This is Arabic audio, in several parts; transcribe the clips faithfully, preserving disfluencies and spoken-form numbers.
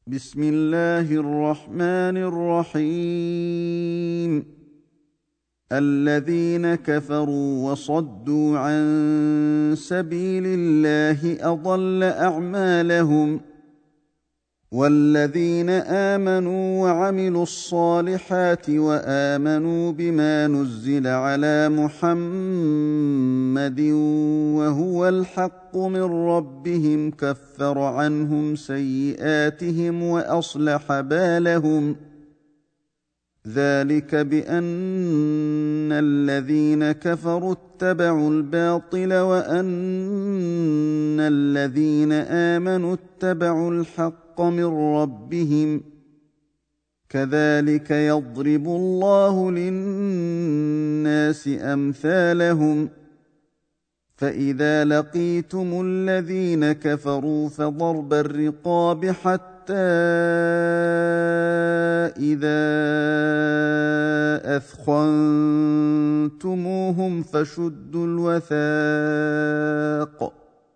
بسم الله الرحمن الرحيم. الذين كفروا وصدوا عن سبيل الله أضل أعمالهم، والذين آمنوا وعملوا الصالحات وآمنوا بما نزل على محمد وهو الحق من ربهم كفر عنهم سيئاتهم وأصلح بالهم. ذلك بأن الذين كفروا اتبعوا الباطل وأن الذين آمنوا اتبعوا الحق من ربهم، كذلك يضرب الله للناس أمثالهم. فإذا لقيتم الذين كفروا فضرب الرقاب حتى إذا أثخنتموهم فشدوا الوثاق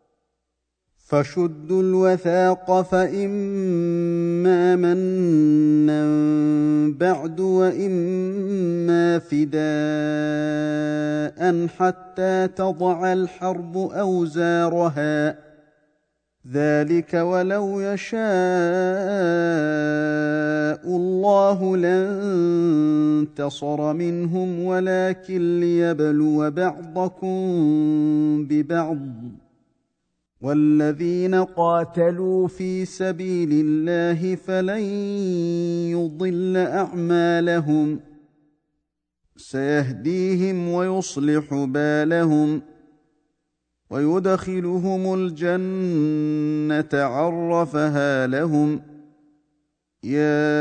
فشدوا الوثاق فإما منا بعد وإما فداء حتى تضع الحرب أوزارها، ذلك ولو يشاء الله لانتصر منهم ولكن ليبلو بعضكم ببعض، والذين قاتلوا في سبيل الله فلن يضل أعمالهم، سيهديهم ويصلح بالهم ويدخلهم الجنة عرفها لهم. يا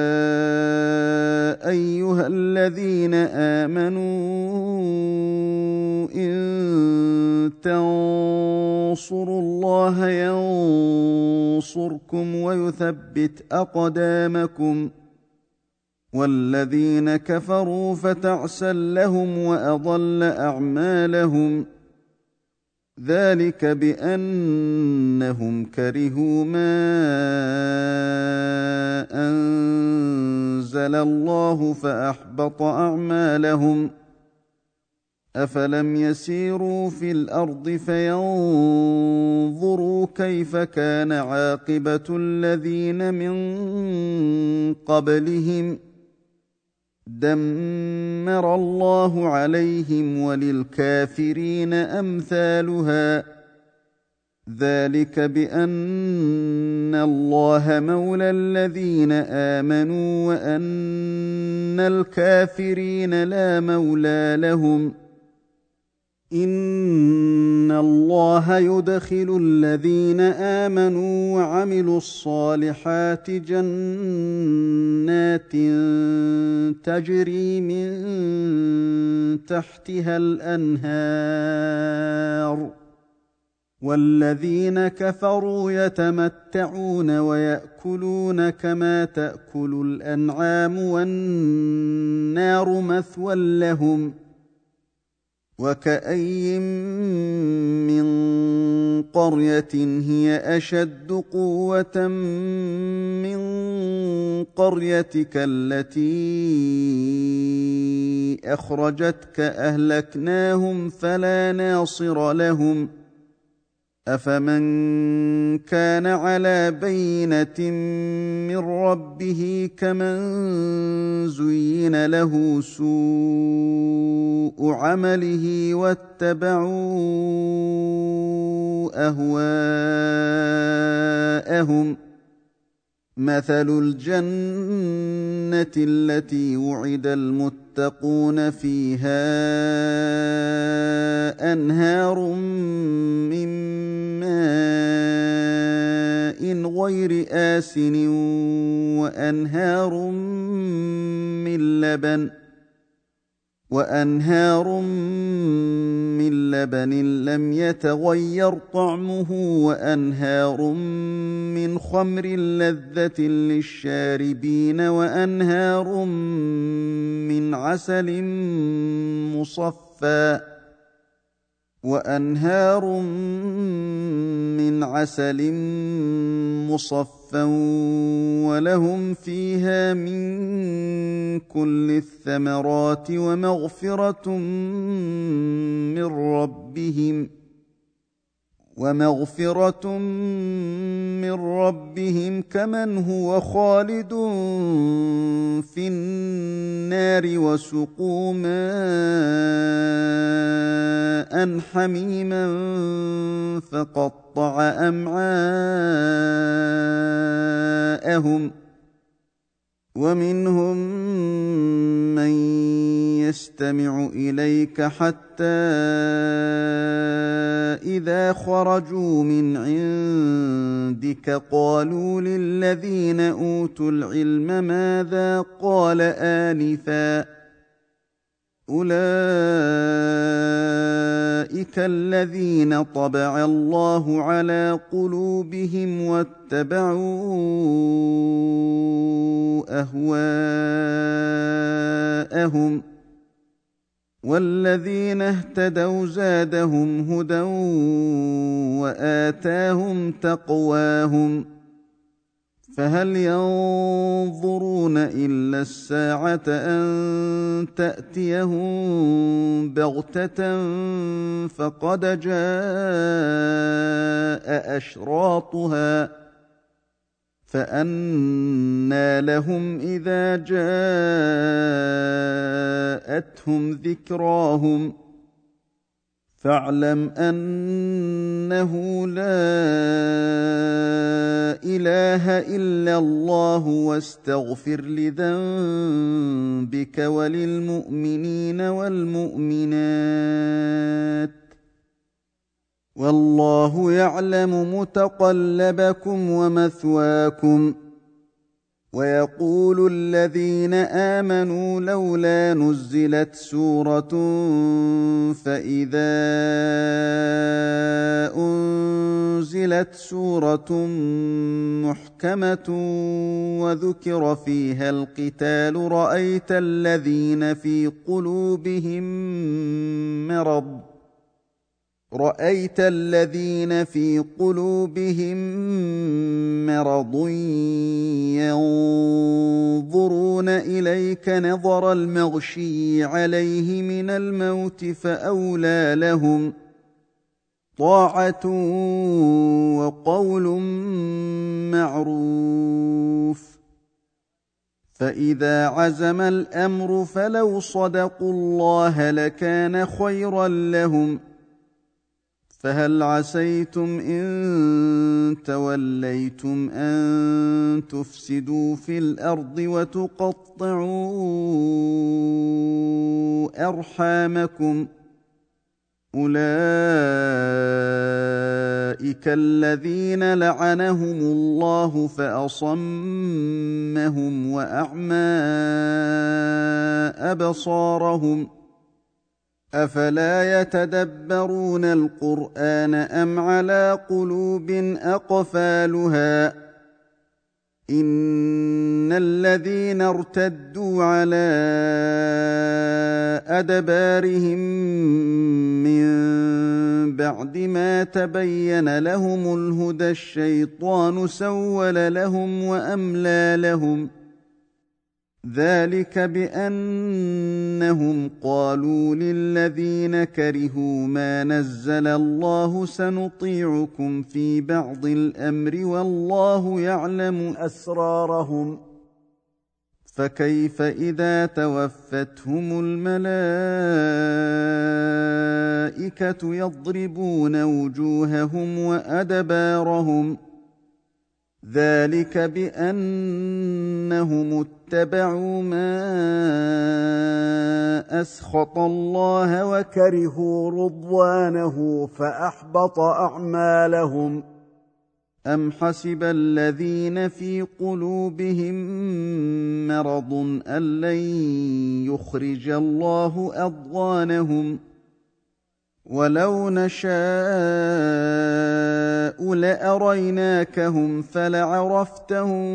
أيها الذين آمنوا إن تنصروا الله ينصركم ويثبت أقدامكم، والذين كفروا فتعسا لهم وأضل أعمالهم. ذلك بأنهم كرهوا ما أنزل الله فأحبط أعمالهم. أفلم يسيروا في الأرض فينظروا كيف كان عاقبة الذين من قبلهم، دمر الله عليهم وللكافرين أمثالها. ذلك بأن الله مولى الذين آمنوا وأن الكافرين لا مولى لهم. إن الله يدخل الذين آمنوا وعملوا الصالحات جنات تجري من تحتها الأنهار، والذين كفروا يتمتعون ويأكلون كما تأكل الأنعام والنار مثوى لهم. وكأي من قرية هي أشد قوة من قريتك التي أخرجتك أهلكناهم فلا ناصر لهم. أفمن كان على بينة من ربه كمن زين له سوء عمله واتبعوا أهواءهم. مثل الجنة التي وعد المتقون فيها أنهار من ماء غير آسن وأنهار من لبن وأنهار من لبن لم يتغير طعمه وأنهار من خمر لذة للشاربين وأنهار من عسل مصفى وأنهار من عسل مصفى صَفًّا وَلَهُمْ فِيهَا مِن كُلِّ الثَّمَرَاتِ وَمَغْفِرَةٌ مِّن رَّبِّهِمْ وَمَغْفِرَةٌ مِّن رَّبِّهِمْ كَمَنْ هُوَ خَالِدٌ فِي النَّارِ وَسُقُوا مَاءً حَمِيمًا فَقَطَّعَ أَمْعَاءَهُمْ وَمِنْهُم مَّن يَسْتَمِعُ إِلَيْكَ حَتَّىٰ إِذَا خَرَجُوا مِنْ عِندِكَ قَالُوا لِلَّذِينَ أُوتُوا الْعِلْمَ مَاذَا قَالَ آنِفًا ۚ أُولَٰئِكَ الَّذِينَ طَبَعَ اللَّهُ عَلَىٰ قُلُوبِهِمْ وَاتَّبَعُوا أَهْوَاءَهُمْ ۚ وَالَّذِينَ اهْتَدَوْا زَادَهُمْ هُدًى وَآتَاهُمْ تَقْوَاهُمْ ۚ فَهَلْ يَنظُرُونَ إِلَّا السَّاعَةَ أَن تَأْتِيَهُم بَغْتَةً فَقَدْ جَاءَ أَشْرَاطُهَا ۚ فَأَنَّىٰ لَهُمْ إِذَا جَاءَتْهُمْ ذِكْرَاهُمْ فَاعْلَمْ أَنَّهُ لَا إِلَٰهَ إِلَّا اللَّهُ وَاسْتَغْفِرْ لِذَنبِكَ وَلِلْمُؤْمِنِينَ وَالْمُؤْمِنَاتِ ۗ وَاللَّهُ يَعْلَمُ مُتَقَلَّبَكُمْ وَمَثْوَاكُمْ. وَيَقُولُ الَّذِينَ آمَنُوا لَوْلَا نُزِّلَتْ سُورَةٌ فَإِذَا أُنزِلَتْ سُورَةٌ مُّحْكَمَةٌ وَذُكِرَ فِيهَا الْقِتَالُ رَأَيْتَ الَّذِينَ فِي قُلُوبِهِم مَّرَضٌ رأيت الذين في قلوبهم مرض ينظرون إليك نظر المغشي عليه من الموت فأولى لهم طاعة وقول معروف. فإذا عزم الأمر فلو صدقوا الله لكان خيرا لهم. فهل عسيتم إن توليتم أن تفسدوا في الأرض وتقطعوا أرحامكم أولئك الذين لعنهم الله فأصمهم وأعمى أبصارهم أفلا يتدبرون القرآن أم على قلوب أقفالها إن الذين ارتدوا على أدبارهم من بعد ما تبين لهم الهدى الشيطان سول لهم وأملى لهم ذلك بأنهم قالوا للذين كرهوا ما نزل الله سنطيعكم في بعض الأمر والله يعلم أسرارهم فكيف إذا توفتهم الملائكة يضربون وجوههم وأدبارهم ذلك بأنهم اتبعوا ما أسخط الله وكرهوا رضوانه فأحبط أعمالهم أم حسب الذين في قلوبهم مرض أن لن يخرج الله أضغانهم ولو نشاء لأريناكهم فلعرفتهم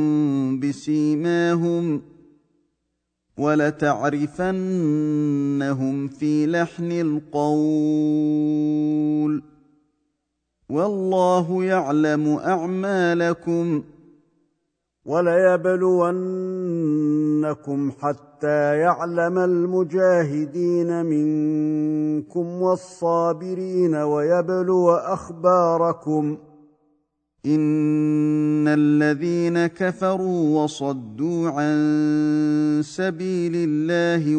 بسيماهم ولتعرفنهم في لحن القول والله يعلم أعمالكم وَلَيَبْلُوَنَّكُمْ حَتَّى يَعْلَمَ الْمُجَاهِدِينَ مِنكُمْ وَالصَّابِرِينَ وَيَبْلُوَ أَخْبَارَكُمْ. إِنَّ الَّذِينَ كَفَرُوا وَصَدُّوا عَن سَبِيلِ اللَّهِ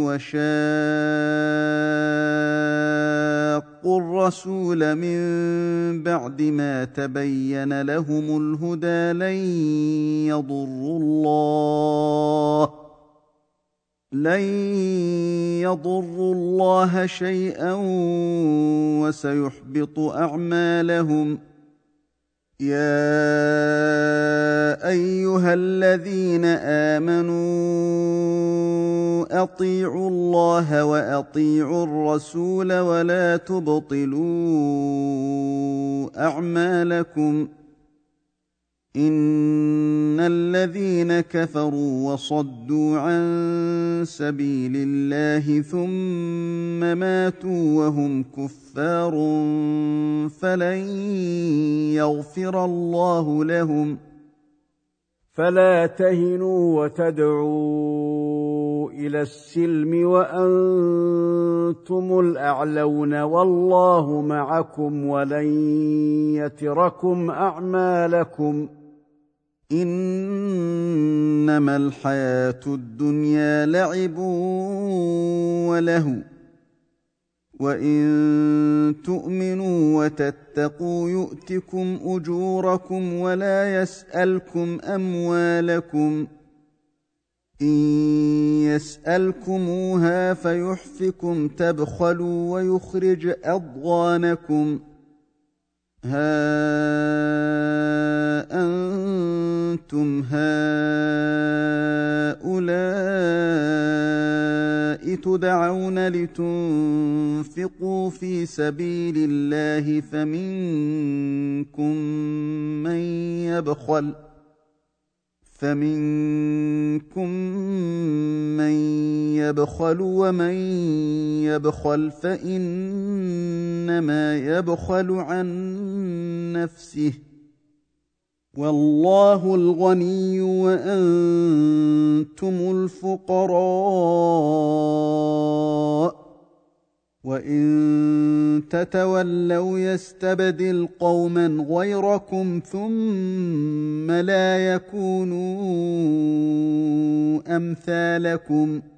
وَشَاقُّوا الرَّسُولَ مِن بَعْدِ مَا تَبَيَّنَ لَهُمُ الْهُدَىٰ لَن يَضُرُّوا اللَّهَ لن يضروا الله شيئا وسيحبط أعمالهم. يا أيها الذين آمنوا أطيعوا الله وأطيعوا الرسول ولا تبطلوا أعمالكم. إن الذين كفروا وصدوا عن سبيل الله ثم ماتوا وهم كفار فلن يغفر الله لهم. فلا تهنوا وتدعوا إلى السلم وأنتم الأعلون والله معكم ولن يتركم أعمالكم. إنما الحياة الدنيا لعب ولهو وإن تؤمنوا وتتقوا يؤتكم أجوركم ولا يسألكم أموالكم. إن يسألكموها فيحفكم تبخلوا ويخرج أضغانكم. ها أنتم هؤلاء تدعون لتنفقوا في سبيل الله فمنكم من يبخل فمنكم من يبخل ومن يبخل فإنما يبخل عن نفسه والله الغني وأنتم الفقراء. وإن تتولوا يستبدل قوما غيركم ثم لا يكونوا أمثالكم.